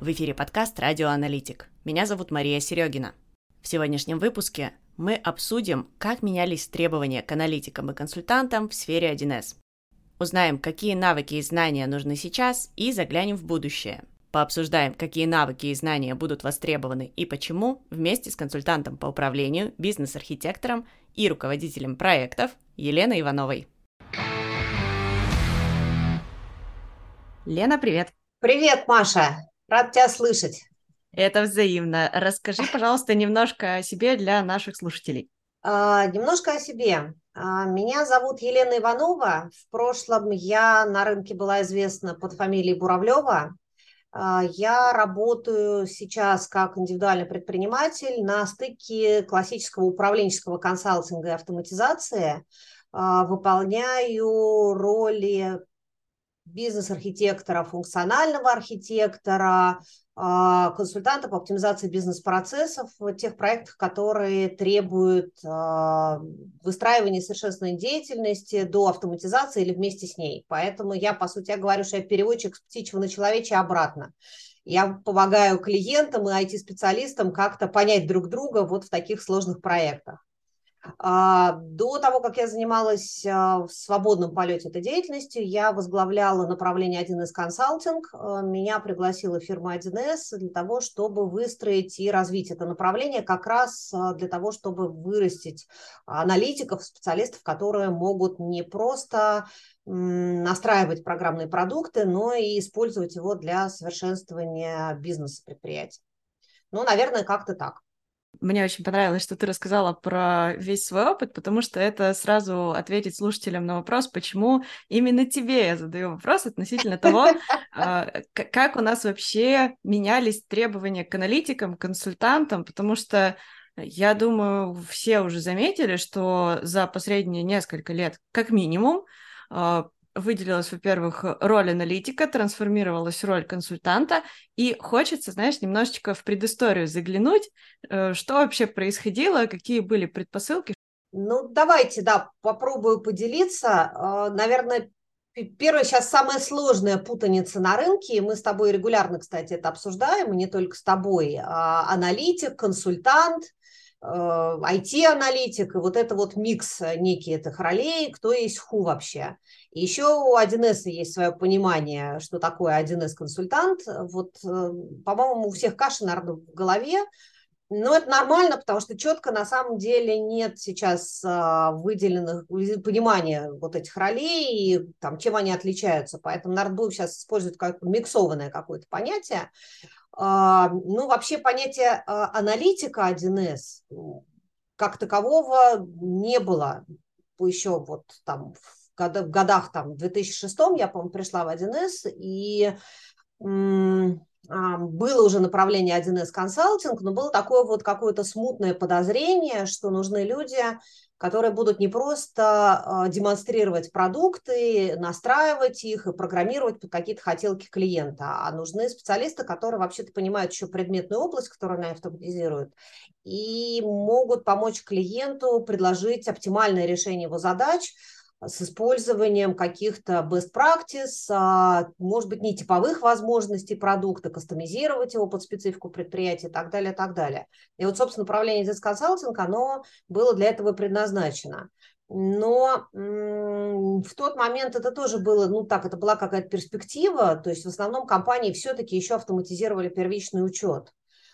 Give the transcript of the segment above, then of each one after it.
В эфире подкаст «Радиоаналитик». Меня зовут Мария Серегина. В сегодняшнем выпуске мы обсудим, как менялись требования к аналитикам и консультантам в сфере 1С. Узнаем, какие навыки и знания нужны сейчас, и заглянем в будущее. Пообсуждаем, какие навыки и знания будут востребованы и почему, вместе с консультантом по управлению, бизнес-архитектором и руководителем проектов Еленой Ивановой. Лена, привет! Привет, Маша! Рад тебя слышать. Это взаимно. Расскажи, пожалуйста, немножко о себе для наших слушателей. Немножко о себе. Меня зовут Елена Иванова. В прошлом я на рынке была известна под фамилией Буравлева. Я работаю сейчас как индивидуальный предприниматель на стыке классического управленческого консалтинга и автоматизации. Выполняю роли бизнес-архитектора, функционального архитектора, консультанта по оптимизации бизнес-процессов в тех проектах, которые требуют выстраивания совершенственной деятельности до автоматизации или вместе с ней. Поэтому я, по сути, говорю, что я переводчик с птичьего на человечье обратно. Я помогаю клиентам и IT-специалистам как-то понять друг друга вот в таких сложных проектах. До того, как я занималась в свободном полете этой деятельностью, я возглавляла направление 1С консалтинг. Меня пригласила фирма 1С для того, чтобы выстроить и развить это направление, как раз для того, чтобы вырастить аналитиков, специалистов, которые могут не просто настраивать программные продукты, но и использовать его для совершенствования бизнеса предприятия. Ну, наверное, как-то так. Мне очень понравилось, что ты рассказала про весь свой опыт, потому что это сразу ответит слушателям на вопрос, почему именно тебе я задаю вопрос относительно того, как у нас вообще менялись требования к аналитикам, консультантам, потому что я думаю, все уже заметили, что за последние несколько лет, как минимум, выделилась, во-первых, роль аналитика, трансформировалась роль консультанта, и хочется, знаешь, немножечко в предысторию заглянуть, что вообще происходило, какие были предпосылки. Ну, давайте, да, попробую поделиться. Наверное, первое, сейчас самая сложная путаница на рынке, и мы с тобой регулярно, кстати, это обсуждаем, и не только с тобой, аналитик, консультант, IT-аналитик, и вот это вот микс некий этих ролей, кто есть ху вообще. И еще у 1С есть свое понимание, что такое 1С-консультант. Вот, по-моему, у всех каша, наверное, в голове. Но это нормально, потому что четко на самом деле нет сейчас выделенных понимания вот этих ролей и там, чем они отличаются. Поэтому, наверное, будем сейчас использовать какое-то миксованное какое-то понятие. Ну, вообще понятие аналитика 1С как такового не было еще вот там в годах там, в 2006 я, по-моему, пришла в 1С, и было уже направление 1С консалтинг, но было такое вот какое-то смутное подозрение, что нужны люди, которые будут не просто демонстрировать продукты, настраивать их и программировать под какие-то хотелки клиента, а нужны специалисты, которые вообще-то понимают еще предметную область, которую они автоматизируют, и могут помочь клиенту предложить оптимальное решение его задач с использованием каких-то best practice, может быть, нетиповых возможностей продукта, кастомизировать его под специфику предприятия и так далее, и так далее. И вот, собственно, направление здесь консалтинг, оно было для этого предназначено. Но в тот момент это тоже было, ну так, это была какая-то перспектива, то есть в основном компании все-таки еще автоматизировали первичный учет.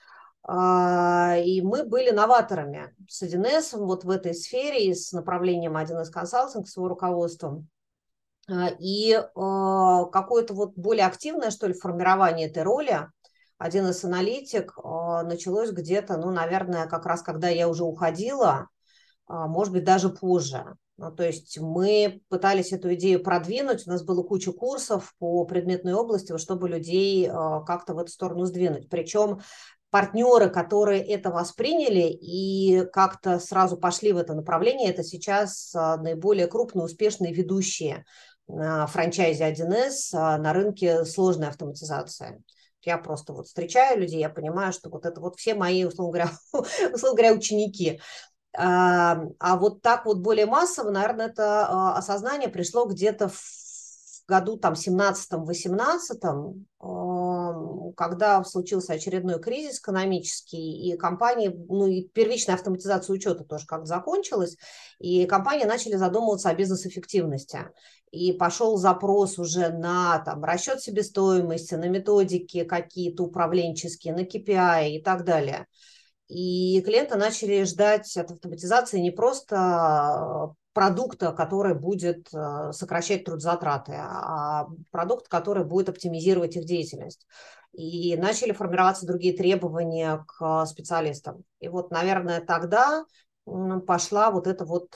И мы были новаторами с 1С вот в этой сфере и с направлением 1С консалтинг с его руководством. И какое-то вот более активное, что ли, формирование этой роли 1С аналитик началось где-то, ну, наверное, как раз когда я уже уходила, может быть, даже позже. Ну, то есть мы пытались эту идею продвинуть, у нас было куча курсов по предметной области, чтобы людей как-то в эту сторону сдвинуть. Причем партнеры, которые это восприняли и как-то сразу пошли в это направление, это сейчас наиболее крупные, успешные ведущие франчайзи 1С на рынке сложной автоматизации. Я просто вот встречаю людей, я понимаю, что вот это вот все мои, условно говоря, ученики. А вот так вот более массово, наверное, это осознание пришло где-то в году там 17-18, когда случился очередной кризис экономический, и компании, ну и первичная автоматизация учета тоже как закончилась, и компании начали задумываться о бизнес-эффективности. И пошел запрос уже на там, расчет себестоимости, на методики какие-то управленческие, на KPI и так далее. И клиенты начали ждать от автоматизации не просто продукта, который будет сокращать трудозатраты, а продукт, который будет оптимизировать их деятельность. И начали формироваться другие требования к специалистам. И вот, наверное, тогда пошла вот эта вот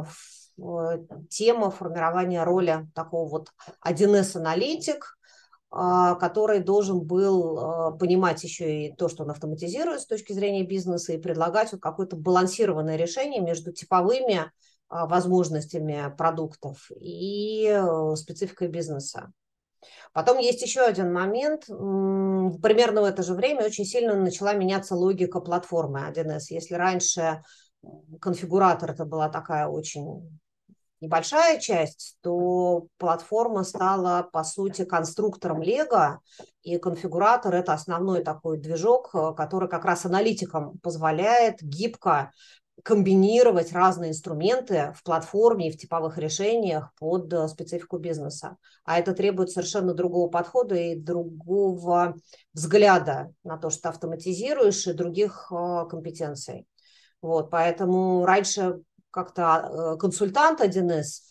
тема формирования роли такого вот 1С-аналитик, который должен был понимать еще и то, что он автоматизирует с точки зрения бизнеса, и предлагать вот какое-то балансированное решение между типовыми возможностями продуктов и спецификой бизнеса. Потом есть еще один момент. Примерно в это же время очень сильно начала меняться логика платформы 1С. Если раньше конфигуратор это была такая очень небольшая часть, то платформа стала, по сути, конструктором Лего, и конфигуратор – это основной такой движок, который как раз аналитикам позволяет гибко комбинировать разные инструменты в платформе и в типовых решениях под специфику бизнеса. А это требует совершенно другого подхода и другого взгляда на то, что ты автоматизируешь, и других компетенций. Вот, поэтому раньше как-то консультант 1С,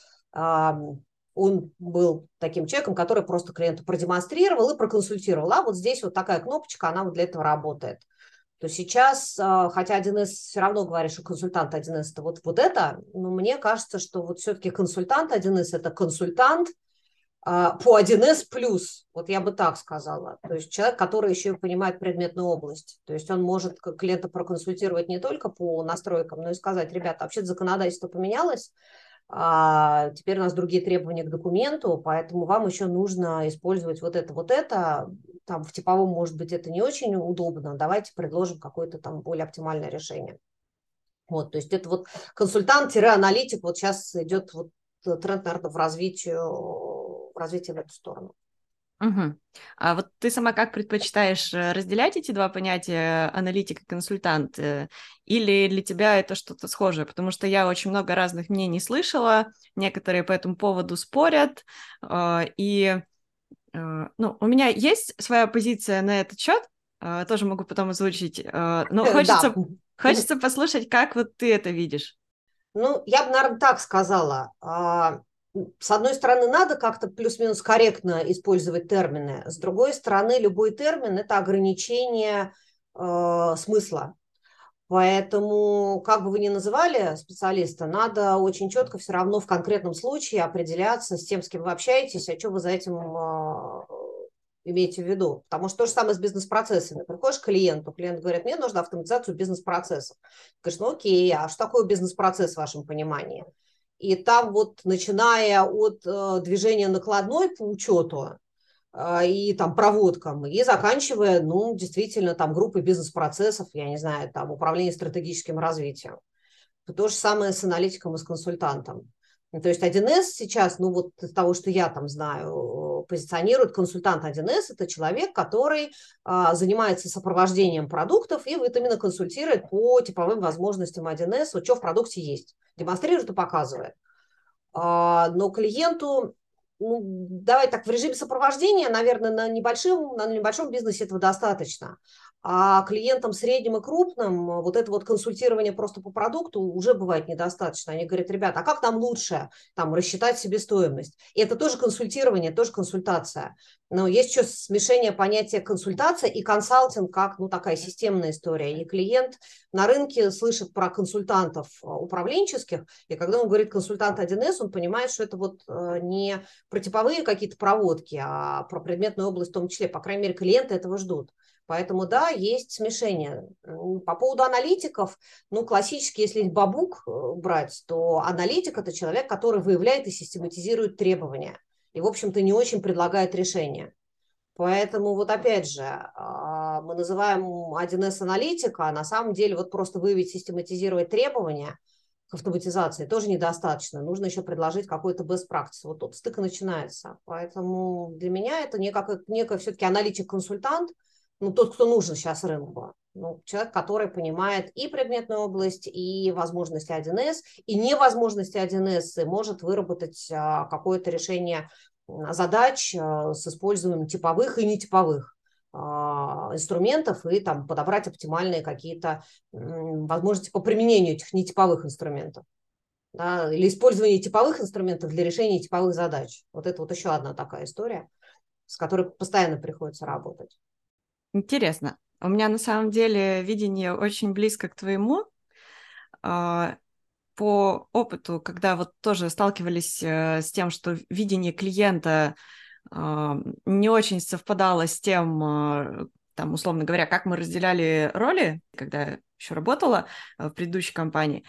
он был таким человеком, который просто клиенту продемонстрировал и проконсультировал. А вот здесь вот такая кнопочка, она вот для этого работает. То сейчас, хотя 1С все равно говорит, что консультант 1С это вот это, но мне кажется, что вот все-таки консультант 1С это консультант по 1С плюс, вот я бы так сказала. То есть человек, который еще и понимает предметную область. То есть он может клиента проконсультировать не только по настройкам, но и сказать: ребята, вообще законодательство поменялось, теперь у нас другие требования к документу, поэтому вам еще нужно использовать вот это, там в типовом, может быть, это не очень удобно, давайте предложим какое-то там более оптимальное решение. Вот, то есть это вот консультант-аналитик, вот сейчас идет вот тренд, наверное, в развитии в эту сторону. Угу. А вот ты сама как предпочитаешь разделять эти два понятия, аналитик и консультант, или для тебя это что-то схожее? Потому что я очень много разных мнений слышала, некоторые по этому поводу спорят, и ну, у меня есть своя позиция на этот счет, тоже могу потом озвучить, но Да. хочется послушать, как вот ты это видишь. Ну, я бы, наверное, так сказала. С одной стороны, надо как-то плюс-минус корректно использовать термины. С другой стороны, любой термин – это ограничение смысла. Поэтому, как бы вы ни называли специалиста, надо очень четко все равно в конкретном случае определяться с тем, с кем вы общаетесь, а что вы за этим имеете в виду. Потому что то же самое с бизнес-процессами. Приходишь к клиенту, клиент говорит: мне нужно автоматизацию бизнес-процессов. Говоришь: ну окей, а что такое бизнес-процесс в вашем понимании? И там вот, начиная от движения накладной по учету и там проводкам, и заканчивая, ну, действительно, там группой бизнес-процессов, я не знаю, там управление стратегическим развитием. То же самое с аналитиком и с консультантом. То есть 1С сейчас, ну вот из того, что я там знаю, позиционирует консультант 1С, это человек, который занимается сопровождением продуктов и вот именно консультирует по типовым возможностям 1С, вот что в продукте есть, демонстрирует и показывает. Но клиенту, ну, давай так, в режиме сопровождения, наверное, на небольшом бизнесе этого достаточно. А клиентам средним и крупным вот это вот консультирование просто по продукту уже бывает недостаточно. Они говорят: ребята, а как нам лучше там рассчитать себестоимость? И это тоже консультирование, тоже консультация. Но есть еще смешение понятия консультация и консалтинг как, ну, такая системная история. И клиент на рынке слышит про консультантов управленческих, и когда он говорит консультант 1С, он понимает, что это вот не про типовые какие-то проводки, а про предметную область в том числе. По крайней мере, клиенты этого ждут. Поэтому, да, есть смешение. По поводу аналитиков, ну, классически, если бабук брать, то аналитик – это человек, который выявляет и систематизирует требования. И, в общем-то, не очень предлагает решения. Поэтому вот опять же, мы называем 1С аналитика, а на самом деле вот просто выявить, систематизировать требования к автоматизации тоже недостаточно. Нужно еще предложить какой-то best practice. Вот тут стык и начинается. Поэтому для меня это некая все-таки аналитик-консультант, ну, тот, кто нужен сейчас рынку. Ну, человек, который понимает и предметную область, и возможности 1С, и невозможности 1С, и может выработать какое-то решение задач с использованием типовых и нетиповых инструментов и там подобрать оптимальные какие-то возможности по применению этих нетиповых инструментов. Да, или использование типовых инструментов для решения типовых задач. Вот это вот еще одна такая история, с которой постоянно приходится работать. Интересно. У меня на самом деле видение очень близко к твоему. По опыту, когда вот тоже сталкивались с тем, что видение клиента не очень совпадало с тем, там, условно говоря, как мы разделяли роли, когда еще работала в предыдущей компании,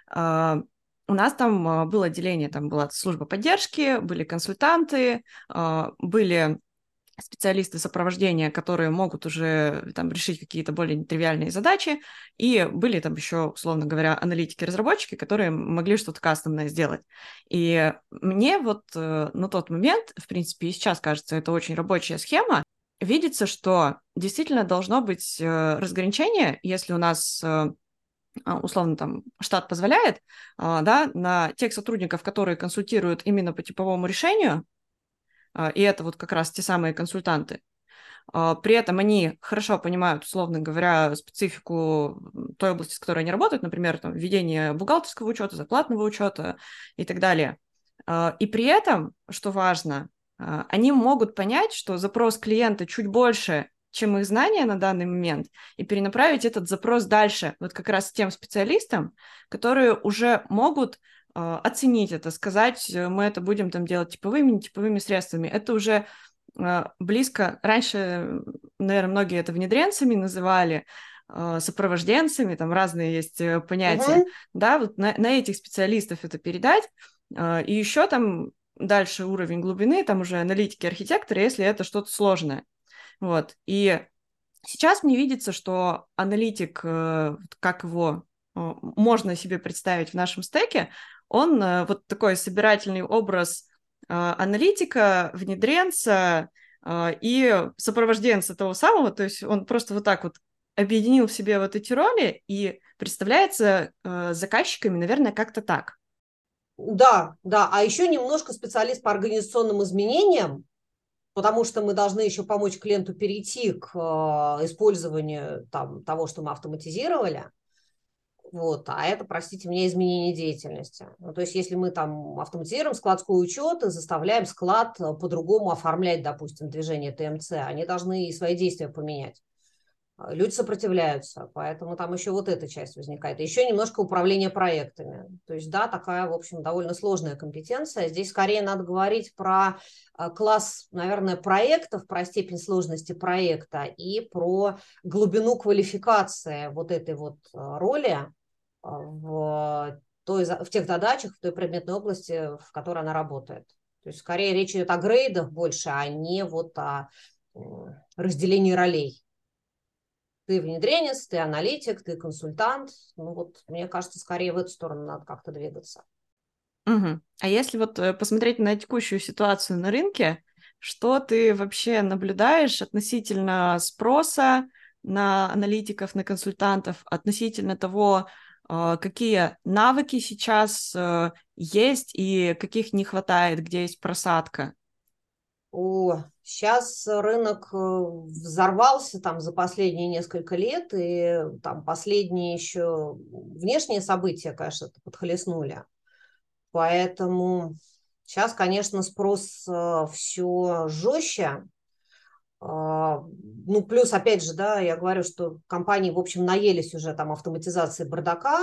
у нас там было отделение, там была служба поддержки, были консультанты, были специалисты сопровождения, которые могут уже там решить какие-то более нетривиальные задачи, и были там еще, условно говоря, аналитики-разработчики, которые могли что-то кастомное сделать. И мне вот на тот момент, в принципе, и сейчас кажется, это очень рабочая схема, видится, что действительно должно быть разграничение, если у нас условно там штат позволяет, да, на тех сотрудников, которые консультируют именно по типовому решению, и это вот как раз те самые консультанты. При этом они хорошо понимают, условно говоря, специфику той области, с которой они работают, например, там, ведение бухгалтерского учета, зарплатного учета и так далее. И при этом, что важно, они могут понять, что запрос клиента чуть больше, чем их знания на данный момент, и перенаправить этот запрос дальше, вот как раз тем специалистам, которые уже могут оценить это, сказать, мы это будем там делать типовыми, нетиповыми средствами. Это уже близко. Раньше, наверное, многие это внедренцами называли, сопровожденцами, там разные есть понятия. Угу. Да, вот на этих специалистов это передать. И еще там дальше уровень глубины, там уже аналитики, архитекторы, если это что-то сложное. Вот. И сейчас мне видится, что аналитик, как его можно себе представить в нашем стеке, он вот такой собирательный образ аналитика, внедренца и сопровожденца того самого, то есть он просто вот так вот объединил в себе вот эти роли и представляется заказчиками, наверное, как-то так. Да, да. А еще немножко специалист по организационным изменениям, потому что мы должны еще помочь клиенту перейти к использованию там, того, что мы автоматизировали. Вот, а это, простите меня, изменение деятельности. Ну, то есть, если мы там автоматизируем складской учет и заставляем склад по-другому оформлять, допустим, движение ТМЦ, они должны и свои действия поменять. Люди сопротивляются, поэтому там еще вот эта часть возникает. И еще немножко управление проектами. То есть, да, такая, в общем, довольно сложная компетенция. Здесь скорее надо говорить про класс, наверное, проектов, про степень сложности проекта и про глубину квалификации вот этой вот роли в тех задачах, в той предметной области, в которой она работает. То есть, скорее, речь идет о грейдах больше, а не вот о разделении ролей. Ты внедренец, ты аналитик, ты консультант. Ну вот, мне кажется, скорее в эту сторону надо как-то двигаться. Угу. А если вот посмотреть на текущую ситуацию на рынке, что ты вообще наблюдаешь относительно спроса на аналитиков, на консультантов, относительно того, какие навыки сейчас есть и каких не хватает, где есть просадка? Сейчас рынок взорвался там за последние несколько лет, и там последние еще внешние события, конечно, это подхлестнули. Поэтому сейчас, конечно, спрос все жестче. Ну, плюс, опять же, да, я говорю, что компании, в общем, наелись уже там автоматизации бардака,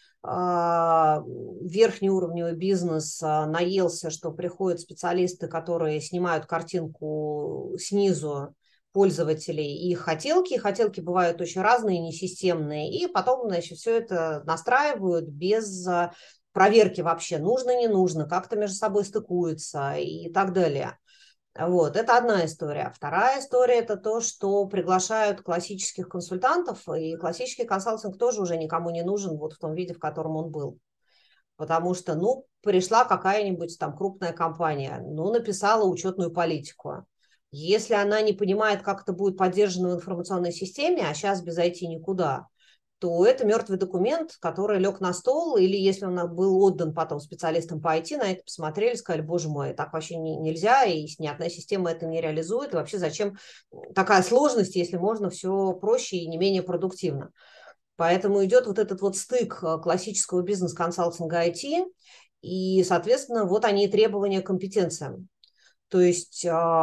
верхнеуровневый бизнес наелся, что приходят специалисты, которые снимают картинку снизу пользователей и их хотелки. Хотелки бывают очень разные, несистемные. И потом, значит, все это настраивают без проверки вообще, нужно, не нужно, как-то между собой стыкуется и так далее. Вот, это одна история. Вторая история – это то, что приглашают классических консультантов, и классический консалтинг тоже уже никому не нужен вот в том виде, в котором он был. Потому что, ну, пришла какая-нибудь там крупная компания, ну, написала учетную политику, Если она не понимает, как это будет поддержано в информационной системе, а сейчас без IT никуда, то это мертвый документ, который лег на стол, или если он был отдан потом специалистам по IT, на это посмотрели, сказали, боже мой, так вообще нельзя, и ни одна система это не реализует, и вообще зачем такая сложность, если можно все проще и не менее продуктивно. Поэтому идет вот этот вот стык классического бизнес-консалтинга IT, и, соответственно, вот они и требования к компетенциям. То есть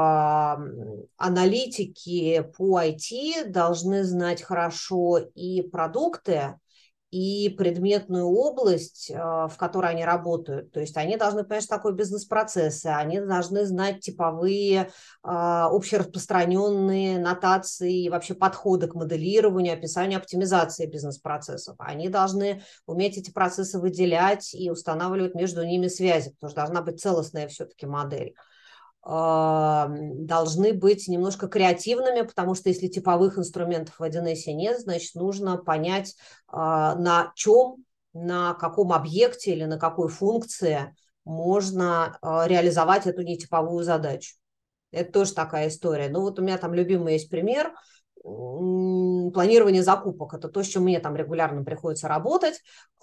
аналитики по IT должны знать хорошо и продукты, и предметную область, в которой они работают. То есть они должны понять, что такое бизнес-процессы, они должны знать типовые, общераспространенные нотации и вообще подходы к моделированию, описанию, оптимизации бизнес-процессов. Они должны уметь эти процессы выделять и устанавливать между ними связи, потому что должна быть целостная все-таки модель. Должны быть немножко креативными, потому что если типовых инструментов в 1С нет, значит, нужно понять, на чем, на каком объекте или на какой функции можно реализовать эту нетиповую задачу. Это тоже такая история. Ну вот у меня там любимый есть пример. Планирование закупок. Это то, с чем мне там регулярно приходится работать.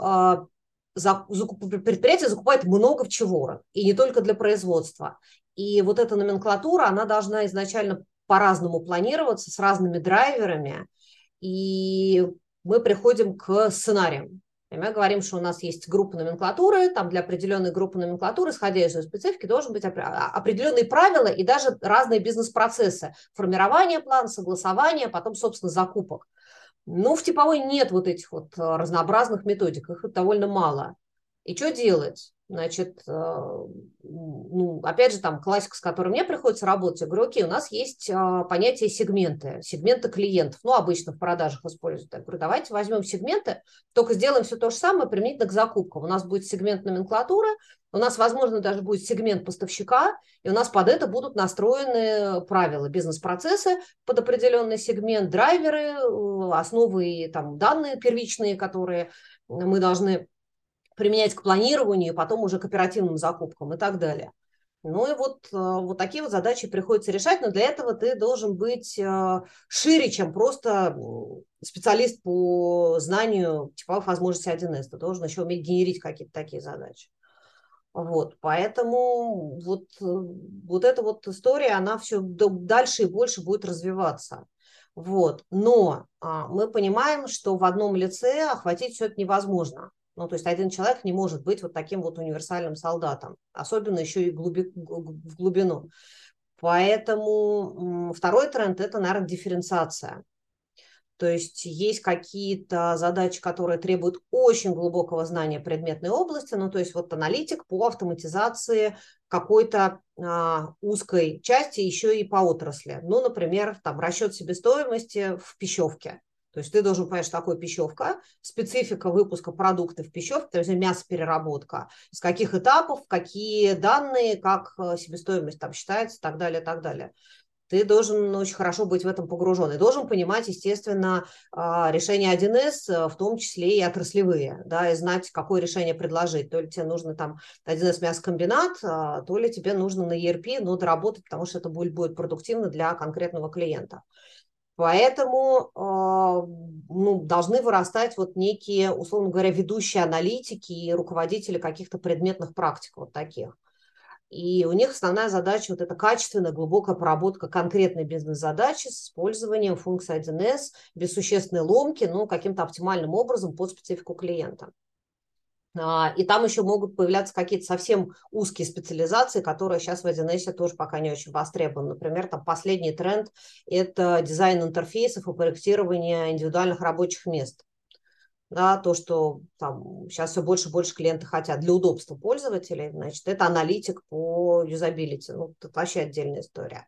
Предприятие закупает много чего, и не только для производства. И вот эта номенклатура, она должна изначально по-разному планироваться, с разными драйверами, и мы приходим к сценариям. И мы говорим, что у нас есть группа номенклатуры, там для определенной группы номенклатуры, исходя из ее специфики, должны быть определенные правила и даже разные бизнес-процессы. Формирование плана, согласование, потом, собственно, закупок. Ну, в типовой нет вот этих вот разнообразных методик, их довольно мало. И что делать? Значит, ну, опять же, там классика, с которой мне приходится работать, я говорю, окей, у нас есть понятие сегменты клиентов, ну, обычно в продажах используют. Я говорю, давайте возьмем сегменты, только сделаем все то же самое применительно к закупкам. У нас будет сегмент номенклатуры, у нас, возможно, даже будет сегмент поставщика, и у нас под это будут настроены правила, бизнес-процессы под определенный сегмент, драйверы, основы и там данные первичные, которые мы должны применять к планированию, и потом уже к оперативным закупкам и так далее. Ну и вот такие вот задачи приходится решать, но для этого ты должен быть шире, чем просто специалист по знанию типовых возможностей 1С. Ты должен еще уметь генерить какие-то такие задачи. Вот, поэтому вот эта вот история, она все дальше и больше будет развиваться. Вот, но мы понимаем, что в одном лице охватить все это невозможно. Ну, то есть один человек не может быть вот таким вот универсальным солдатом, особенно еще и в глубину. Поэтому второй тренд – это, наверное, дифференциация. То есть есть какие-то задачи, которые требуют очень глубокого знания предметной области, ну, то есть вот аналитик по автоматизации какой-то узкой части еще и по отрасли. Ну, например, там расчет себестоимости в пищевке. То есть ты должен понять, что такое пищевка, специфика выпуска продуктов в пищевке, то есть мясопереработка, с каких этапов, какие данные, как себестоимость там считается и так далее, и так далее. Ты должен очень хорошо быть в этом погружен и должен понимать, естественно, решения 1С, в том числе и отраслевые, да, и знать, какое решение предложить. То ли тебе нужно там 1С мясокомбинат, то ли тебе нужно на ERP, но доработать, потому что это будет продуктивно для конкретного клиента. Поэтому ну, должны вырастать вот некие, условно говоря, ведущие аналитики и руководители каких-то предметных практик вот таких. И у них основная задача вот эта качественная, глубокая проработка конкретной бизнес-задачи с использованием функции 1С без существенной ломки, но каким-то оптимальным образом под специфику клиента. И там еще могут появляться какие-то совсем узкие специализации, которые сейчас в 1С тоже пока не очень востребованы. Например, там последний тренд – это дизайн интерфейсов и проектирование индивидуальных рабочих мест. Да, то, что там сейчас все больше и больше клиенты хотят для удобства пользователей, значит, это аналитик по юзабилити. Ну, это вообще отдельная история.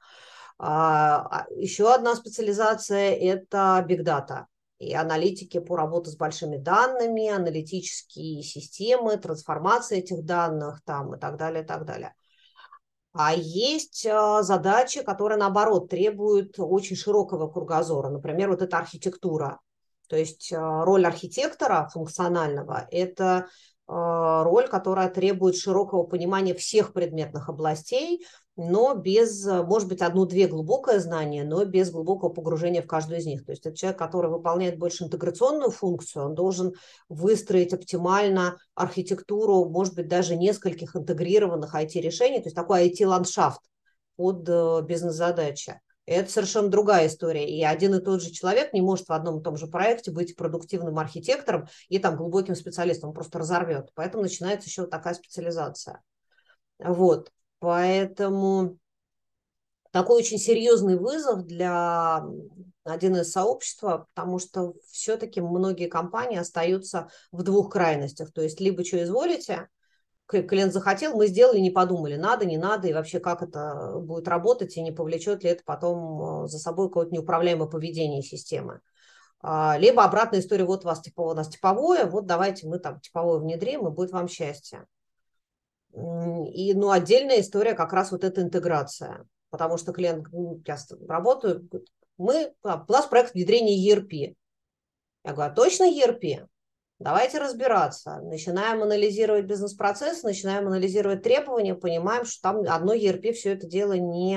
Еще одна специализация – это big data и аналитики по работе с большими данными, аналитические системы, трансформация этих данных там, и так далее, и так далее. А есть задачи, которые, наоборот, требуют очень широкого кругозора. Например, вот эта архитектура. То есть роль архитектора функционального – это роль, которая требует широкого понимания всех предметных областей, но без, может быть, одно-две глубокое знание, но без глубокого погружения в каждую из них. То есть это человек, который выполняет больше интеграционную функцию, он должен выстроить оптимально архитектуру, может быть, даже нескольких интегрированных IT-решений, то есть такой IT-ландшафт под бизнес-задачи. Это совершенно другая история. И один и тот же человек не может в одном и том же проекте быть продуктивным архитектором и там глубоким специалистом, он просто разорвет. Поэтому начинается еще вот такая специализация. Вот. Поэтому такой очень серьезный вызов для 1С сообщества, потому что все-таки многие компании остаются в двух крайностях. То есть либо что изволите, клиент захотел, мы сделали, не подумали, надо, не надо, и вообще как это будет работать, и не повлечет ли это потом за собой какое-то неуправляемое поведение системы. Либо обратная история, вот у нас типовое, вот давайте мы там типовое внедрим, и будет вам счастье. И, ну, отдельная история как раз вот эта интеграция, потому что клиент, я работаю, у нас проект внедрения ERP. Я говорю, а точно ERP? Давайте разбираться. Начинаем анализировать бизнес-процесс, начинаем анализировать требования, понимаем, что там одно ERP все это дело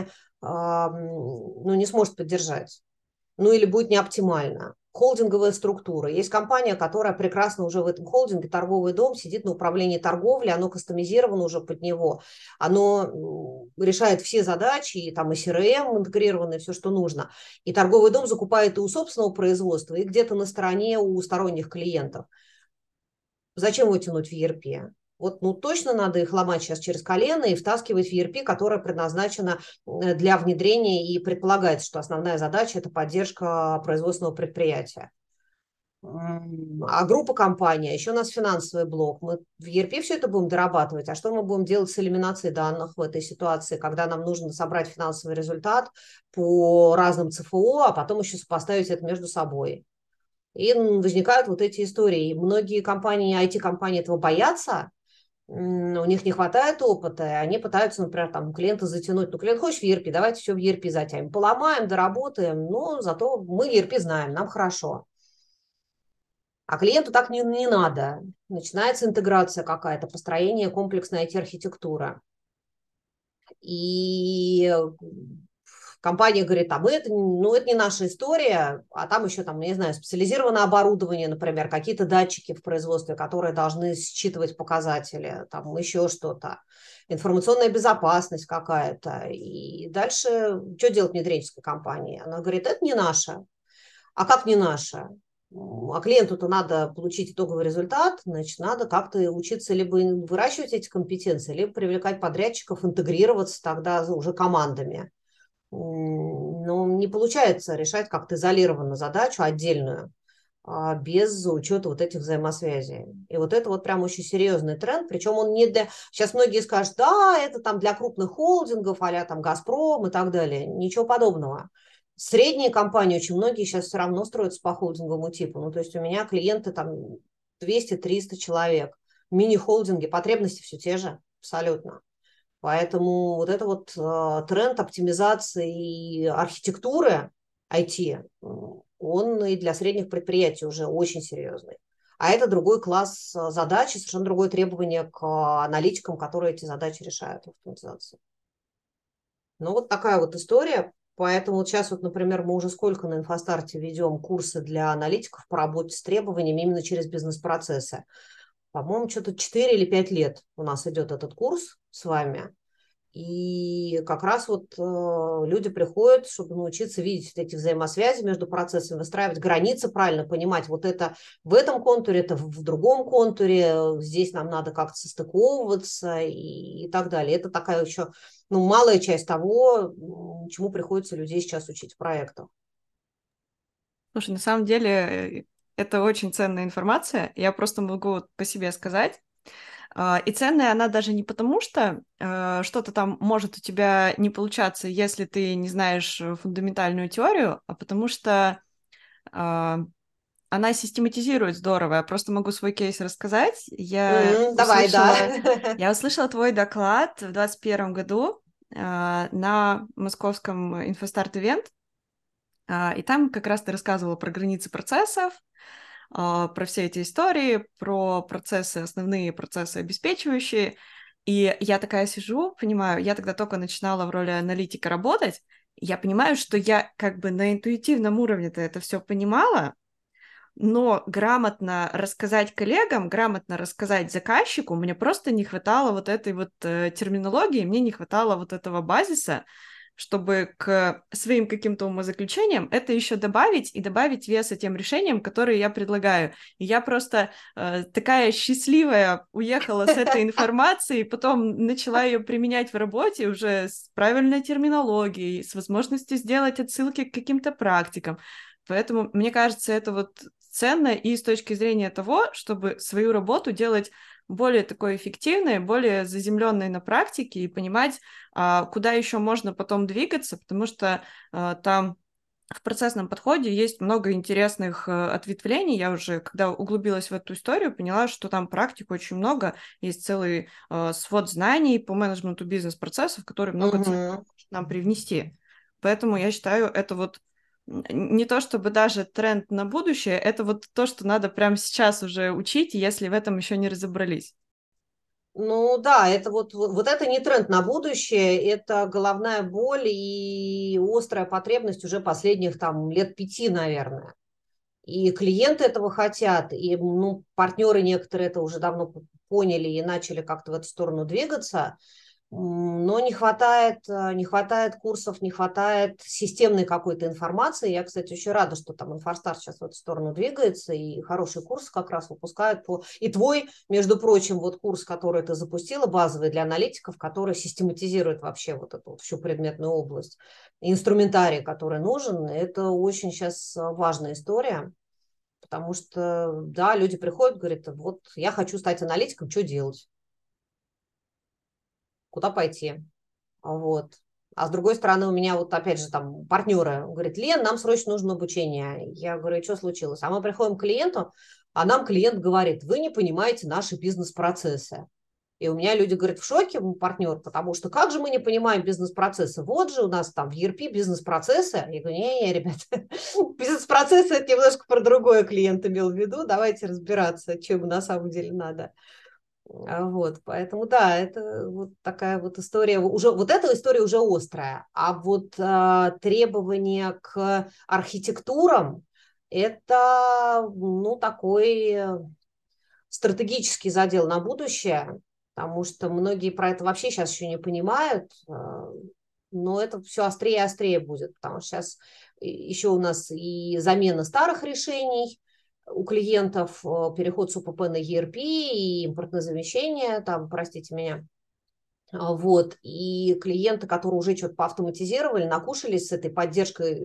не сможет поддержать. Ну или будет неоптимально. Холдинговая структура. Есть компания, которая прекрасно уже в этом холдинге, торговый дом, сидит на управлении торговли, оно кастомизировано уже под него, оно решает все задачи, и там и CRM интегрировано, и все, что нужно. И торговый дом закупает и у собственного производства, и где-то на стороне у сторонних клиентов. Зачем его тянуть в ERP? Вот, ну, точно надо их ломать сейчас через колено и втаскивать в ERP, которая предназначена для внедрения и предполагается, что основная задача – это поддержка производственного предприятия. А группа компаний, еще у нас финансовый блок. Мы в ERP все это будем дорабатывать. А что мы будем делать с элиминацией данных в этой ситуации, когда нам нужно собрать финансовый результат по разным ЦФО, а потом еще сопоставить это между собой? И возникают вот эти истории. И многие компании, IT-компании этого боятся, у них не хватает опыта, и они пытаются, например, там, клиента затянуть. Ну, клиент хочет в ERP, давайте все в ERP затянем. Поломаем, доработаем, но зато мы ERP знаем, нам хорошо. А клиенту так не надо. Начинается интеграция какая-то, построение комплексной IT-архитектуры. И компания говорит, а мы это, ну, это не наша история, а там еще, там, не знаю, специализированное оборудование, например, какие-то датчики в производстве, которые должны считывать показатели, там еще что-то, информационная безопасность какая-то. И дальше что делать внедренческой компании? Она говорит, это не наше. А как не наше? А клиенту-то надо получить итоговый результат, значит, надо как-то учиться либо выращивать эти компетенции, либо привлекать подрядчиков, интегрироваться тогда уже командами. Но не получается решать как-то изолированно задачу отдельную, без учета вот этих взаимосвязей. И вот это вот прям очень серьезный тренд, причем он не для... Сейчас многие скажут, да, это там для крупных холдингов, а-ля там «Газпром» и так далее. Ничего подобного. Средние компании, очень многие сейчас все равно строятся по холдинговому типу. Ну, то есть у меня клиенты там 200-300 человек. Мини-холдинги, потребности все те же, абсолютно. Поэтому вот это вот тренд оптимизации архитектуры IT, он и для средних предприятий уже очень серьезный. А это другой класс задач и совершенно другое требование к аналитикам, которые эти задачи решают в автоматизации. Ну, вот такая вот история. Поэтому вот сейчас вот, например, мы уже сколько на Инфостарте ведем курсы для аналитиков по работе с требованиями именно через бизнес-процессы. По-моему, что-то 4 или 5 лет у нас идет этот курс с вами. И как раз вот люди приходят, чтобы научиться видеть вот эти взаимосвязи между процессами, выстраивать границы правильно, понимать, вот это в этом контуре, это в другом контуре, здесь нам надо как-то состыковываться и так далее. Это такая еще, ну, малая часть того, чему приходится людей сейчас учить в проектах. Слушай, на самом деле это очень ценная информация. Я просто могу по себе сказать. И ценная она даже не потому, что что-то там может у тебя не получаться, если ты не знаешь фундаментальную теорию, а потому что она систематизирует здорово. Я просто могу свой кейс рассказать. Давай, да. Я услышала твой доклад в 2021 году на московском инфостарт-ивент, и там как раз ты рассказывала про границы процессов, про все эти истории, про процессы, основные процессы обеспечивающие. И я такая сижу, понимаю, я тогда только начинала в роли аналитика работать, я понимаю, что я как бы на интуитивном уровне-то это все понимала, но грамотно рассказать коллегам, грамотно рассказать заказчику, мне просто не хватало вот этой вот терминологии, мне не хватало вот этого базиса, чтобы к своим каким-то умозаключениям это еще добавить и добавить веса тем решениям, которые я предлагаю. И я просто такая счастливая уехала с этой информацией, потом начала ее применять в работе уже с правильной терминологией, с возможностью сделать отсылки к каким-то практикам. Поэтому, мне кажется, это вот ценно и с точки зрения того, чтобы свою работу делать более такой эффективной, более заземленной на практике и понимать, куда еще можно потом двигаться, потому что там в процессном подходе есть много интересных ответвлений. Я уже, когда углубилась в эту историю, поняла, что там практик очень много. Есть целый свод знаний по менеджменту бизнес-процессов, которые много ценного может нам привнести. Поэтому я считаю, это вот не то чтобы даже тренд на будущее, это вот то, что надо прямо сейчас уже учить, если в этом еще не разобрались. Ну да, это вот это не тренд на будущее, это головная боль и острая потребность уже последних там лет 5, наверное. И клиенты этого хотят, и ну, партнеры некоторые это уже давно поняли и начали как-то в эту сторону двигаться. Но не хватает курсов, не хватает системной какой-то информации. Я, кстати, очень рада, что там Инфостарт сейчас в эту сторону двигается, и хороший курс как раз выпускают. И твой, между прочим, вот курс, который ты запустила, базовый для аналитиков, который систематизирует вообще вот эту вот всю предметную область. Инструментарий, который нужен, это очень сейчас важная история. Потому что, да, люди приходят, говорят, вот я хочу стать аналитиком, что делать? Куда пойти? Вот. А с другой стороны, у меня вот опять же там партнеры говорят, Лен, нам срочно нужно обучение. Я говорю, что случилось? А мы приходим к клиенту, а нам клиент говорит, вы не понимаете наши бизнес-процессы. И у меня люди говорят в шоке, партнер, потому что как же мы не понимаем бизнес-процессы? Вот же у нас там в ERP бизнес-процессы. Я говорю, не, ребят, бизнес-процессы это немножко про другое клиент имел в виду. Давайте разбираться, чем на самом деле надо. Вот, поэтому да, это вот такая вот история, уже вот эта история уже острая, а вот требования к архитектурам это, ну, такой стратегический задел на будущее, потому что многие про это вообще сейчас еще не понимают, но это все острее и острее будет, потому что сейчас еще у нас и замена старых решений, у клиентов переход с УПП на ERP и импортное замещение, там, простите меня, вот, и клиенты, которые уже что-то поавтоматизировали, накушались с этой поддержкой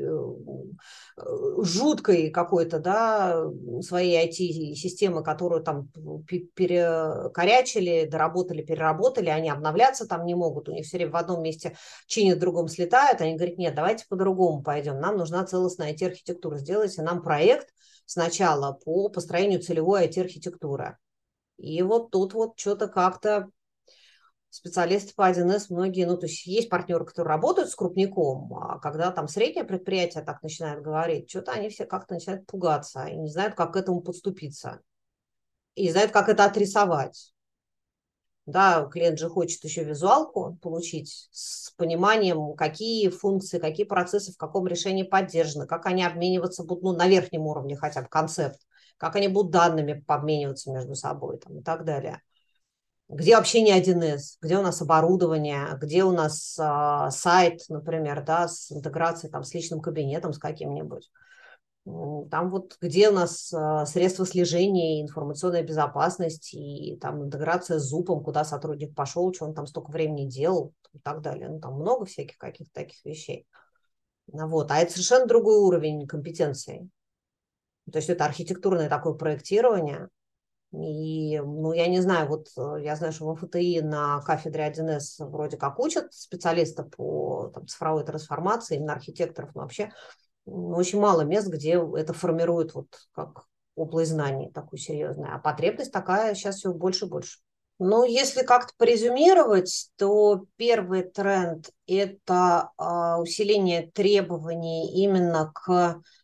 жуткой какой-то, да, своей IT-системы, которую там перекорячили, доработали, переработали, они обновляться там не могут, у них все время в одном месте чинят, в другом слетают, они говорят, нет, давайте по-другому пойдем, нам нужна целостная IT-архитектура, сделайте нам проект сначала по построению целевой IT-архитектуры. И вот тут вот что-то как-то специалисты по 1С многие, ну, то есть есть партнеры, которые работают с крупником, а когда там среднее предприятие так начинает говорить, что-то они все как-то начинают пугаться и не знают, как к этому подступиться, и не знают, как это отрисовать. Да, клиент же хочет еще визуалку получить с пониманием, какие функции, какие процессы в каком решении поддержаны, как они обмениваться будут, ну, на верхнем уровне хотя бы концепт, как они будут данными обмениваться между собой там, и так далее. Где вообще не 1С, где у нас оборудование, где у нас сайт, например, да, с интеграцией там, с личным кабинетом, с каким-нибудь. Там вот где у нас средства слежения, информационная безопасность и там интеграция с ЗУПом, куда сотрудник пошел, что он там столько времени делал и так далее. Ну, там много всяких каких-то таких вещей. Вот. А это совершенно другой уровень компетенции. То есть это архитектурное такое проектирование. И, ну, я не знаю, вот я знаю, что в МФТИ на кафедре 1С вроде как учат специалиста по там, цифровой трансформации, именно архитекторов, но вообще очень мало мест, где это формирует вот как область знаний такую серьезную. А потребность такая сейчас все больше и больше. Ну, если как-то порезюмировать, то первый тренд – это усиление требований именно к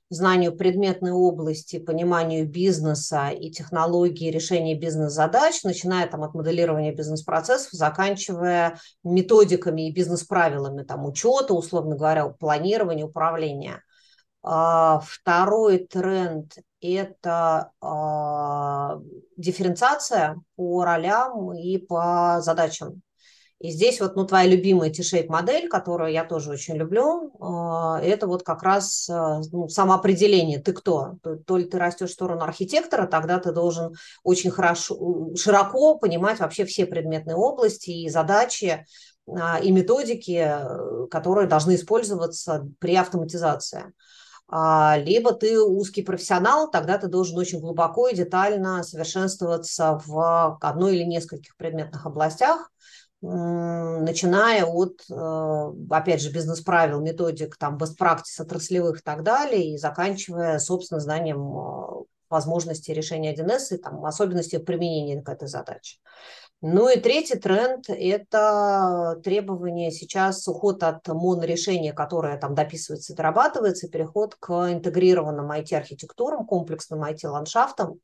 знанию предметной области, пониманию бизнеса и технологии решения бизнес-задач, начиная там от моделирования бизнес-процессов, заканчивая методиками и бизнес-правилами, там, учета, условно говоря, планирования, управления. Второй тренд – это дифференциация по ролям и по задачам. И здесь вот, ну, твоя любимая T-shape модель, которую я тоже очень люблю, это вот как раз ну, самоопределение. Ты кто? То ли ты растешь в сторону архитектора, тогда ты должен очень хорошо, широко понимать вообще все предметные области и задачи, и методики, которые должны использоваться при автоматизации. Либо ты узкий профессионал, тогда ты должен очень глубоко и детально совершенствоваться в одной или нескольких предметных областях, начиная от, опять же, бизнес-правил, методик, там, best practice отраслевых и так далее, и заканчивая, собственно, знанием возможностей решения 1С и там, особенностей применения к этой задаче. Ну и третий тренд – это требование сейчас, уход от монорешения, которое там дописывается и дорабатывается, переход к интегрированным IT-архитектурам, комплексным IT-ландшафтам,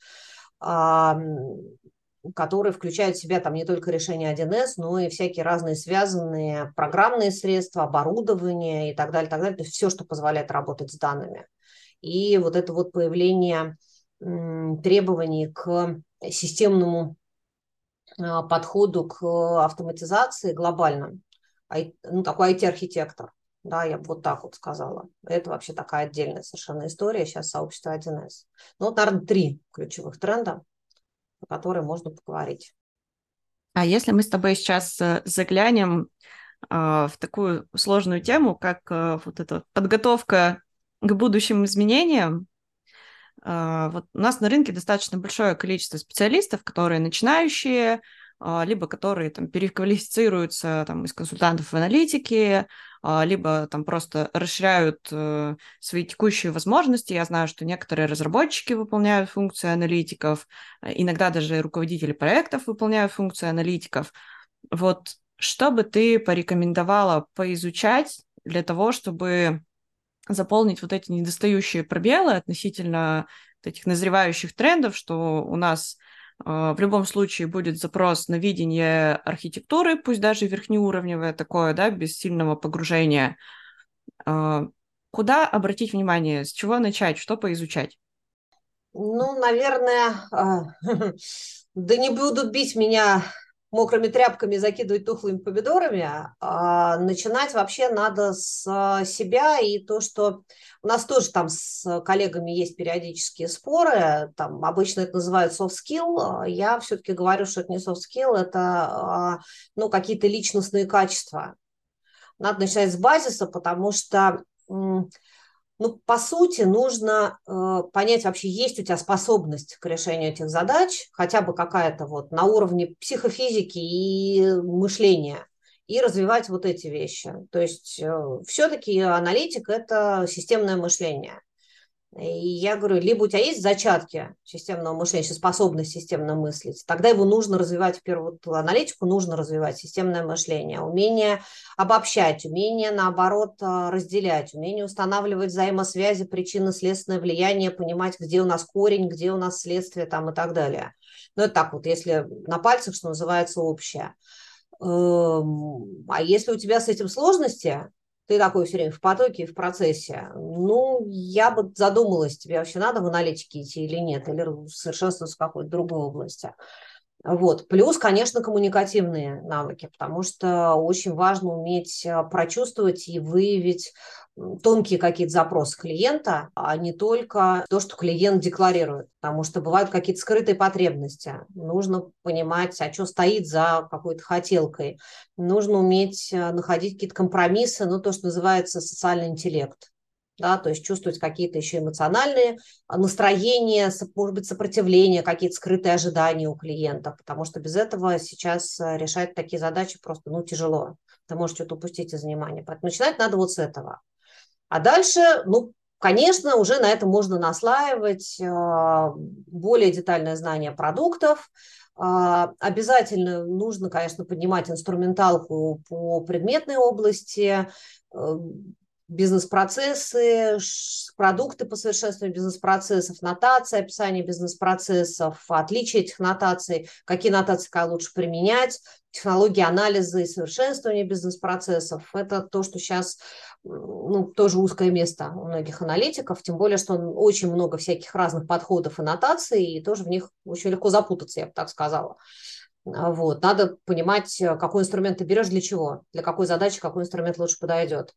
которые включают в себя там не только решение 1С, но и всякие разные связанные программные средства, оборудование и так далее, так далее. То есть все, что позволяет работать с данными. И вот это вот появление требований к системному подходу к автоматизации глобально. Ну, такой IT-архитектор. Да, я бы вот так вот сказала. Это вообще такая отдельная совершенно история сейчас сообщества 1С. Ну, вот, наверное, 3 ключевых тренда, о которых можно поговорить. А если мы с тобой сейчас заглянем в такую сложную тему, как вот эта подготовка к будущим изменениям, вот у нас на рынке достаточно большое количество специалистов, которые начинающие, либо которые там переквалифицируются там, из консультантов в аналитике, либо там просто расширяют свои текущие возможности. Я знаю, что некоторые разработчики выполняют функции аналитиков, иногда даже руководители проектов выполняют функции аналитиков. Вот что бы ты порекомендовала поизучать для того, чтобы заполнить вот эти недостающие пробелы относительно вот этих назревающих трендов, что у нас в любом случае будет запрос на видение архитектуры, пусть даже верхнеуровневое такое, да, без сильного погружения. Куда обратить внимание, с чего начать, что поизучать? Ну, наверное, да не будут бить меня мокрыми тряпками, закидывать тухлыми помидорами. Начинать вообще надо с себя, и то, что у нас тоже там с коллегами есть периодические споры, там обычно это называют soft skill, я все-таки говорю, что это не soft skill, это ну, какие-то личностные качества. Надо начинать с базиса, потому что ну, по сути, нужно понять вообще, есть у тебя способность к решению этих задач, хотя бы какая-то вот на уровне психофизики и мышления, и развивать вот эти вещи. То есть все-таки аналитик – это системное мышление. И я говорю, либо у тебя есть зачатки системного мышления, способность системно мыслить, тогда его нужно развивать, в первую аналитику нужно развивать системное мышление, умение обобщать, умение, наоборот, разделять, умение устанавливать взаимосвязи, причинно-следственное влияние, понимать, где у нас корень, где у нас следствие там, и так далее. Ну, это так вот, если на пальцах, что называется, общее. А если у тебя с этим сложности, ты такой все время в потоке, в процессе, ну, я бы задумалась, тебе вообще надо в аналитике идти или нет, или совершенствоваться в какой-то другой области. Вот. Плюс, конечно, коммуникативные навыки, потому что очень важно уметь прочувствовать и выявить тонкие какие-то запросы клиента, а не только то, что клиент декларирует, потому что бывают какие-то скрытые потребности. Нужно понимать, а что стоит за какой-то хотелкой. Нужно уметь находить какие-то компромиссы, ну, то, что называется социальный интеллект. Да, то есть чувствовать какие-то еще эмоциональные настроения, может быть, сопротивление, какие-то скрытые ожидания у клиента, потому что без этого сейчас решать такие задачи просто, ну, тяжело. Ты можешь что-то упустить из внимания. Поэтому начинать надо вот с этого. А дальше, ну, конечно, уже на этом можно наслаивать более детальное знание продуктов. Обязательно нужно, конечно, поднимать инструменталку по предметной области, бизнес-процессы, продукты по совершенствованию бизнес-процессов, нотация, описание бизнес-процессов, отличие этих нотаций, какие нотации как лучше применять, технологии анализа и совершенствования бизнес-процессов. Это то, что сейчас тоже узкое место у многих аналитиков, тем более, что очень много всяких разных подходов и нотаций, и тоже в них очень легко запутаться, я бы так сказала. Вот. Надо понимать, какой инструмент ты берешь, для чего, для какой задачи, какой инструмент лучше подойдет.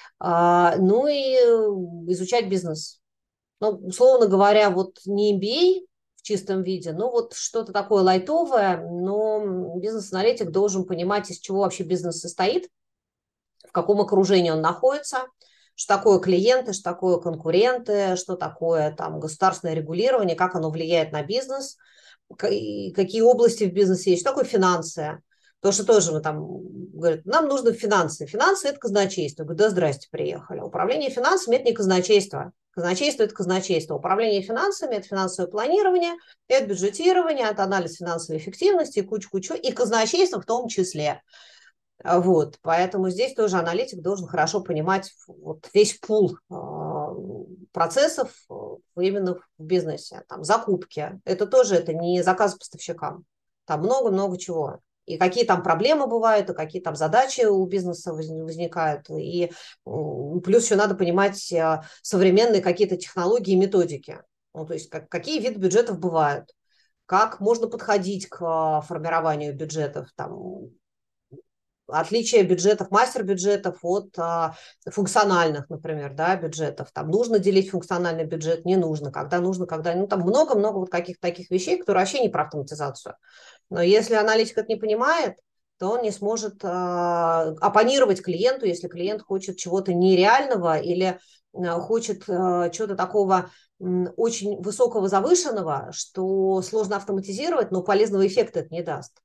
Ну и изучать бизнес. Ну, условно говоря, вот не MBA в чистом виде, но вот что-то такое лайтовое, но бизнес-аналитик должен понимать, из чего вообще бизнес состоит, в каком окружении он находится, что такое клиенты, что такое конкуренты, что такое там государственное регулирование, как оно влияет на бизнес, какие области в бизнесе есть, что такое финансы. То, что тоже мы там говорят, нам нужны финансы. Финансы – это казначейство. Я говорю, да здрасте, приехали. Управление финансами – это не казначейство. Казначейство – это казначейство. Управление финансами – это финансовое планирование, это бюджетирование, это анализ финансовой эффективности, кучу-кучу, и казначейство в том числе. Вот, поэтому здесь тоже аналитик должен хорошо понимать вот весь пул процессов именно в бизнесе. Там закупки, это тоже это не заказ поставщикам. Там много-много чего. И какие там проблемы бывают, и какие там задачи у бизнеса возникают. И плюс еще надо понимать современные какие-то технологии и методики. Ну, то есть какие виды бюджетов бывают, как можно подходить к формированию бюджетов, там, отличие бюджетов, мастер-бюджетов от функциональных, например, да, бюджетов. Там нужно делить функциональный бюджет, не нужно, когда нужно, когда... Ну, там много-много вот каких-то таких вещей, которые вообще не про автоматизацию. Но если аналитик это не понимает, то он не сможет оппонировать клиенту, если клиент хочет чего-то нереального или хочет чего-то такого очень высокого, завышенного, что сложно автоматизировать, но полезного эффекта это не даст.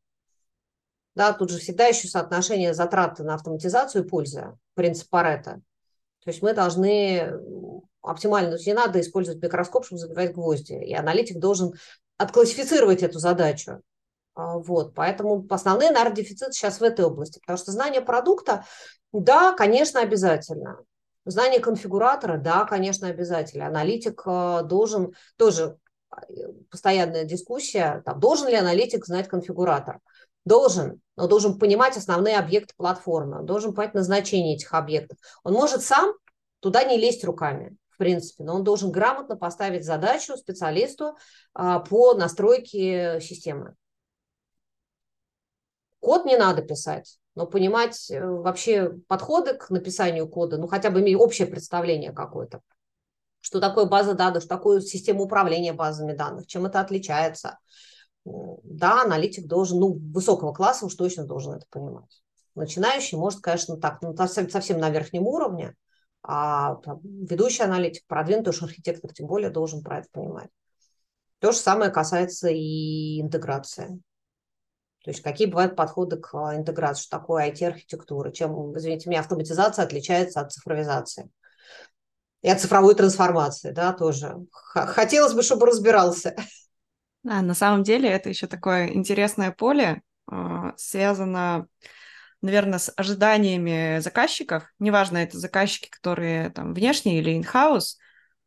Да, тут же всегда еще соотношение затрат на автоматизацию и пользы, принцип Парето. То есть мы должны оптимально, то есть не надо использовать микроскоп, чтобы забивать гвозди, и аналитик должен отклассифицировать эту задачу. Вот, поэтому основные, наверное, дефициты сейчас в этой области, потому что знание продукта, да, конечно, обязательно. Знание конфигуратора, да, конечно, обязательно. Аналитик должен, тоже постоянная дискуссия, там, должен ли аналитик знать конфигуратор. Должен, но должен понимать основные объекты платформы, он должен понимать назначение этих объектов. Он может сам туда не лезть руками, в принципе, но он должен грамотно поставить задачу специалисту по настройке системы. Код не надо писать, но понимать вообще подходы к написанию кода, ну хотя бы иметь общее представление какое-то. Что такое база данных, что такое система управления базами данных, чем это отличается. Да, аналитик должен, ну, высокого класса уж точно должен это понимать. Начинающий может, конечно, так, ну, совсем на верхнем уровне, а там, ведущий аналитик, продвинутый уж архитектор, тем более должен про это понимать. То же самое касается и интеграции. То есть какие бывают подходы к интеграции, что такое IT-архитектура, чем, извините меня, автоматизация отличается от цифровизации. И от цифровой трансформации, да, тоже. Хотелось бы, чтобы разбирался. Да, на самом деле это еще такое интересное поле, связано, наверное, с ожиданиями заказчиков. Неважно, это заказчики, которые там внешние или in-house.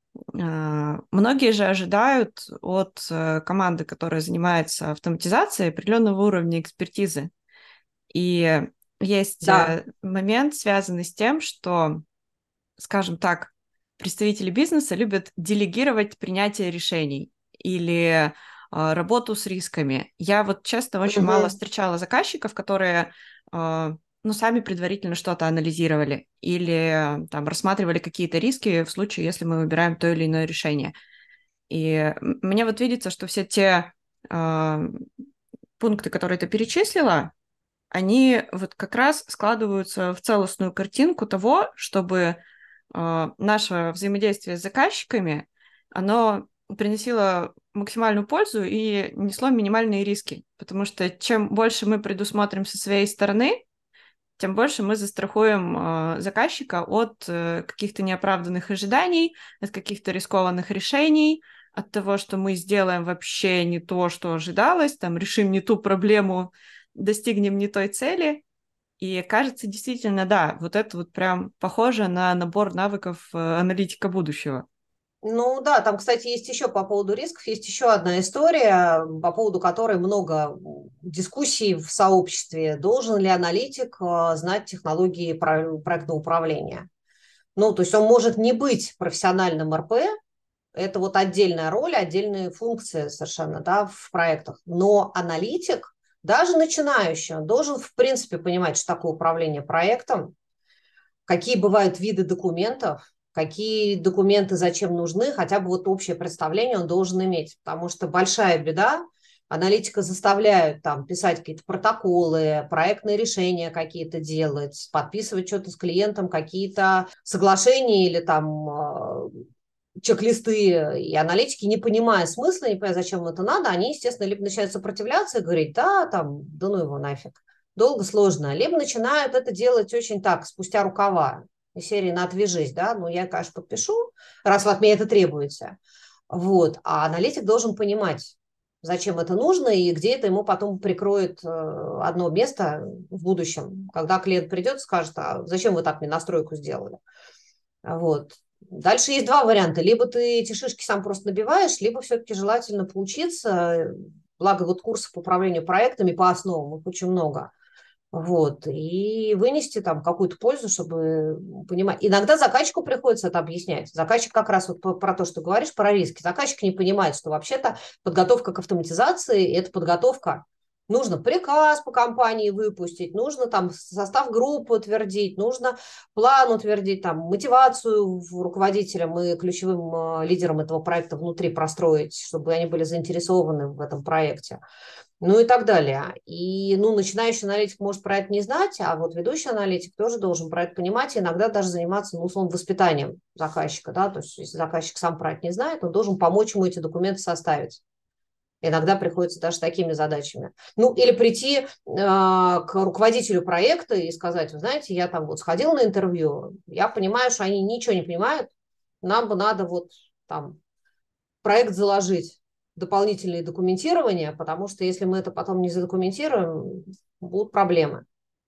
Многие же ожидают от команды, которая занимается автоматизацией, определенного уровня экспертизы. И есть Да. момент, связанный с тем, что, скажем так, представители бизнеса любят делегировать принятие решений или работу с рисками. Я вот, честно, очень мало встречала заказчиков, которые ну, сами предварительно что-то анализировали или там рассматривали какие-то риски в случае, если мы выбираем то или иное решение. И мне вот видится, что все те пункты, которые ты перечислила, они вот как раз складываются в целостную картинку того, чтобы наше взаимодействие с заказчиками, оно приносило максимальную пользу и несло минимальные риски. Потому что чем больше мы предусмотрим со своей стороны, тем больше мы застрахуем заказчика от каких-то неоправданных ожиданий, от каких-то рискованных решений, от того, что мы сделаем вообще не то, что ожидалось, там, решим не ту проблему, достигнем не той цели. И кажется, действительно, да, вот это вот прям похоже на набор навыков аналитика будущего. Ну да, там, кстати, есть еще по поводу рисков, есть еще одна история, по поводу которой много дискуссий в сообществе. Должен ли аналитик знать технологии проектного управления? Ну, то есть он может не быть профессиональным РП, это вот отдельная роль, отдельная функция совершенно, да, в проектах. Но аналитик, даже начинающий, он должен, в принципе, понимать, что такое управление проектом, какие бывают виды документов, какие документы зачем нужны, хотя бы вот общее представление он должен иметь, потому что большая беда, аналитика заставляют там писать какие-то протоколы, проектные решения какие-то делать, подписывать что-то с клиентом, какие-то соглашения или там чек-листы, и аналитики, не понимая смысла, не понимая, зачем это надо, они, естественно, либо начинают сопротивляться и говорить, да, там, да ну его нафиг, долго, сложно, либо начинают это делать очень так, спустя рукава, из серии на «отвяжись», да, ну я, конечно, подпишу, раз от меня это требуется, вот, а аналитик должен понимать, зачем это нужно и где это ему потом прикроет одно место в будущем, когда клиент придет и скажет, а зачем вы так мне настройку сделали, вот. Дальше есть два варианта. Либо ты эти шишки сам просто набиваешь, либо все-таки желательно поучиться. Благо вот курсов по управлению проектами по основам, их очень много. Вот. И вынести там какую-то пользу, чтобы понимать. Иногда заказчику приходится это объяснять. Заказчик как раз вот про то, что говоришь, про риски. Заказчик не понимает, что вообще-то подготовка к автоматизации– это подготовка. Нужно приказ по компании выпустить, нужно там состав группы утвердить, нужно план утвердить, там, мотивацию руководителям и ключевым лидерам этого проекта внутри простроить, чтобы они были заинтересованы в этом проекте. Ну и так далее. И, ну, начинающий аналитик может про это не знать, а вот ведущий аналитик тоже должен про это понимать и иногда даже заниматься, ну, условно, воспитанием заказчика, да, то есть если заказчик сам про это не знает, он должен помочь ему эти документы составить. Иногда приходится даже такими задачами. Ну, или прийти к руководителю проекта и сказать, вы знаете, я там вот сходил на интервью, я понимаю, что они ничего не понимают, нам бы надо вот там проект заложить, дополнительные документирования, потому что если мы это потом не задокументируем, будут проблемы.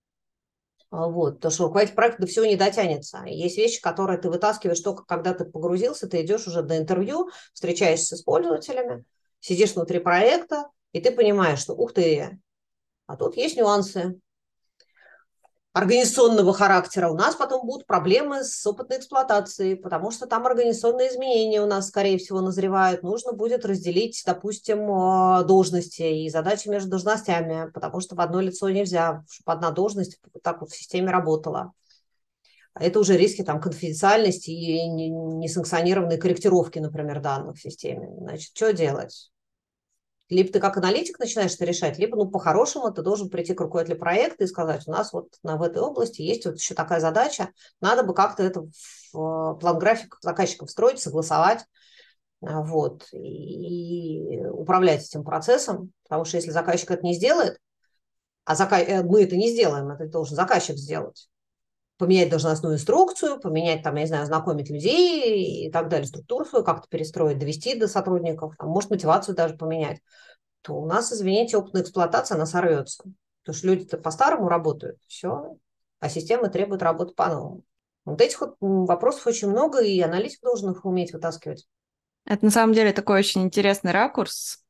Вот, потому что руководитель проекта до всего не дотянется. Есть вещи, которые ты вытаскиваешь только когда ты погрузился, ты идешь уже до интервью, встречаешься с пользователями, сидишь внутри проекта, и ты понимаешь, что ух ты, а тут есть нюансы организационного характера. У нас потом будут проблемы с опытной эксплуатацией, потому что там организационные изменения у нас, скорее всего, назревают. Нужно будет разделить, допустим, должности и задачи между должностями, потому что в одно лицо нельзя, чтобы одна должность так вот в системе работала. А это уже риски там, конфиденциальности и несанкционированной корректировки, например, данных в системе. Значит, что делать? Либо ты как аналитик начинаешь это решать, либо, ну, по-хорошему ты должен прийти к руководителю проекта и сказать, у нас вот в этой области есть вот еще такая задача, надо бы как-то это в план-график заказчика встроить, согласовать, вот, и управлять этим процессом, потому что если заказчик это не сделает, а мы это не сделаем, это должен заказчик сделать, поменять должностную инструкцию, поменять, там, я не знаю, знакомить людей и так далее, структуру свою как-то перестроить, довести до сотрудников, там, может, мотивацию даже поменять, то у нас, извините, опытная эксплуатация, она сорвется. Потому что люди-то по-старому работают, все, а система требует работы по-новому. Вот этих вот вопросов очень много, и аналитик должен их уметь вытаскивать. Это на самом деле такой очень интересный ракурс.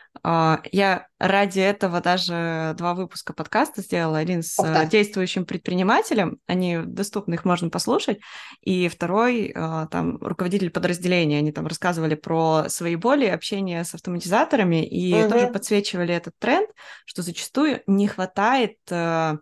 Я ради этого даже 2 выпуска подкаста сделала. Один с Ох-то. действующим предпринимателем, они доступны, их можно послушать, и второй там руководитель подразделения. Они там рассказывали про свои боли, общение с автоматизаторами, и тоже подсвечивали этот тренд, что зачастую не хватает со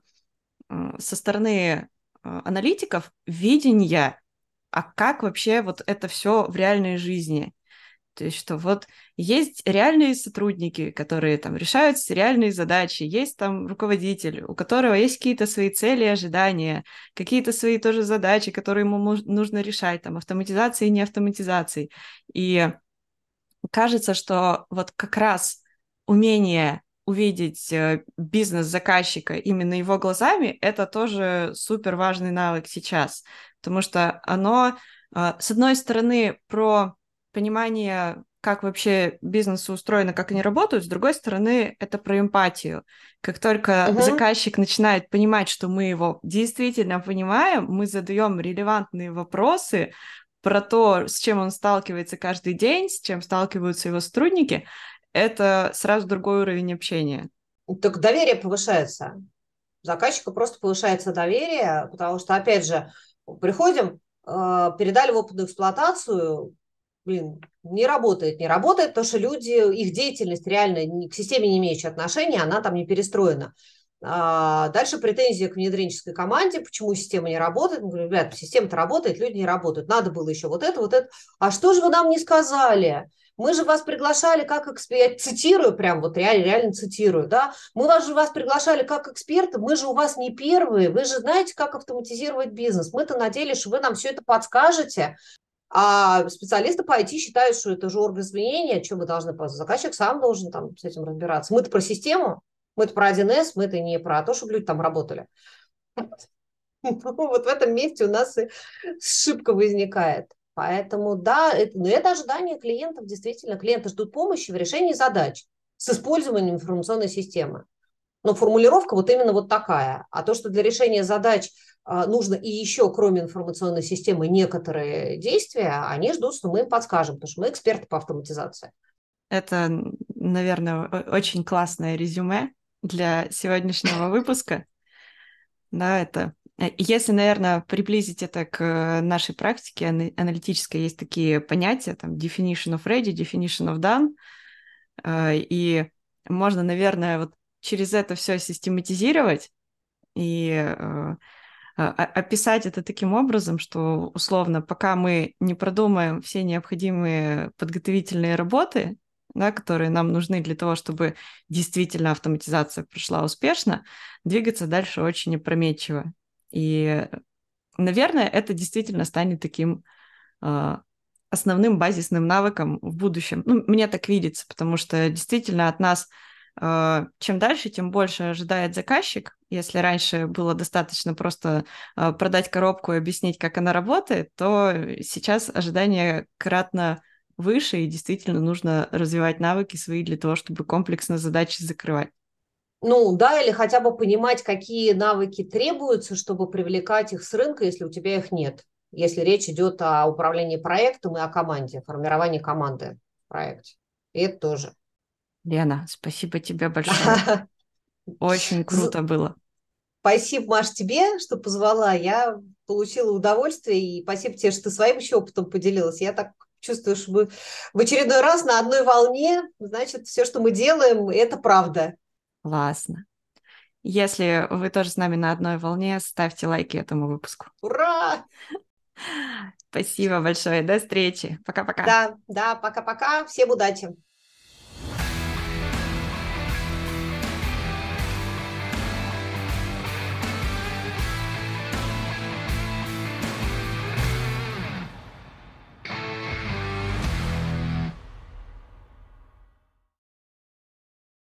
стороны аналитиков видения, а как вообще вот это все в реальной жизни. То есть, что вот есть реальные сотрудники, которые там решают реальные задачи, есть там руководитель, у которого есть какие-то свои цели и ожидания, какие-то свои тоже задачи, которые ему нужно решать, там, автоматизации и не автоматизации. И кажется, что вот как раз умение увидеть бизнес заказчика именно его глазами, это тоже супер важный навык сейчас, потому что оно, с одной стороны, про понимание как вообще бизнесы устроены, как они работают. С другой стороны, это про эмпатию. Как только Мгм. заказчик начинает понимать, что мы его действительно понимаем, мы задаем релевантные вопросы про то, с чем он сталкивается каждый день, с чем сталкиваются его сотрудники, это сразу другой уровень общения. Так доверие повышается. Заказчику просто повышается доверие, потому что, опять же, приходим, передали в опытную эксплуатацию, блин, не работает, не работает, потому что люди, их деятельность реально к системе не имеющая отношения, она там не перестроена. Дальше претензия к внедренческой команде, почему система не работает. Мы говорим, ребят, система-то работает, люди не работают. Надо было еще вот это, вот это. А что же вы нам не сказали? Мы же вас приглашали как эксперт, я цитирую прям, вот реально, реально цитирую, да, мы вас приглашали как эксперта, мы же у вас не первые, вы же знаете, как автоматизировать бизнес. Мы-то надеялись, что вы нам все это подскажете, а специалисты по IT считают, что это же оргизменение, что мы должны, заказчик сам должен там с этим разбираться. Мы-то про систему, мы-то про 1С, мы-то не про то, чтобы люди там работали. Вот в этом месте у нас и ошибка возникает. Поэтому да, но это ожидание клиентов, действительно. Клиенты ждут помощи в решении задач с использованием информационной системы. Но формулировка вот именно вот такая. А то, что для решения задач нужно и еще, кроме информационной системы, некоторые действия, они ждут, что мы им подскажем, потому что мы эксперты по автоматизации. Это, наверное, очень классное резюме для сегодняшнего выпуска. Да, это... Если, наверное, приблизить это к нашей практике аналитической, есть такие понятия, там, definition of ready, definition of done, и можно, наверное, вот через это все систематизировать и описать это таким образом, что, условно, пока мы не продумаем все необходимые подготовительные работы, да, которые нам нужны для того, чтобы действительно автоматизация прошла успешно, двигаться дальше очень опрометчиво. И, наверное, это действительно станет таким основным базисным навыком в будущем. Ну, мне так видится, потому что действительно от нас чем дальше, тем больше ожидает заказчик. Если раньше было достаточно просто продать коробку и объяснить, как она работает, то сейчас ожидания кратно выше, и действительно нужно развивать навыки свои для того, чтобы комплексно задачи закрывать. Ну да, или хотя бы понимать, какие навыки требуются, чтобы привлекать их с рынка, если у тебя их нет. Если речь идет о управлении проектом и о команде, формировании команды в проекте. И это тоже. Лена, спасибо тебе большое. Очень круто было. Спасибо, Маш, тебе, что позвала. Я получила удовольствие, и спасибо тебе, что ты своим еще опытом поделилась. Я так чувствую, что мы в очередной раз на одной волне. Значит, все, что мы делаем, это правда. Классно. Если вы тоже с нами на одной волне, ставьте лайки этому выпуску. Ура! Спасибо большое. До встречи. Пока-пока. Да, да, пока-пока. Всем удачи.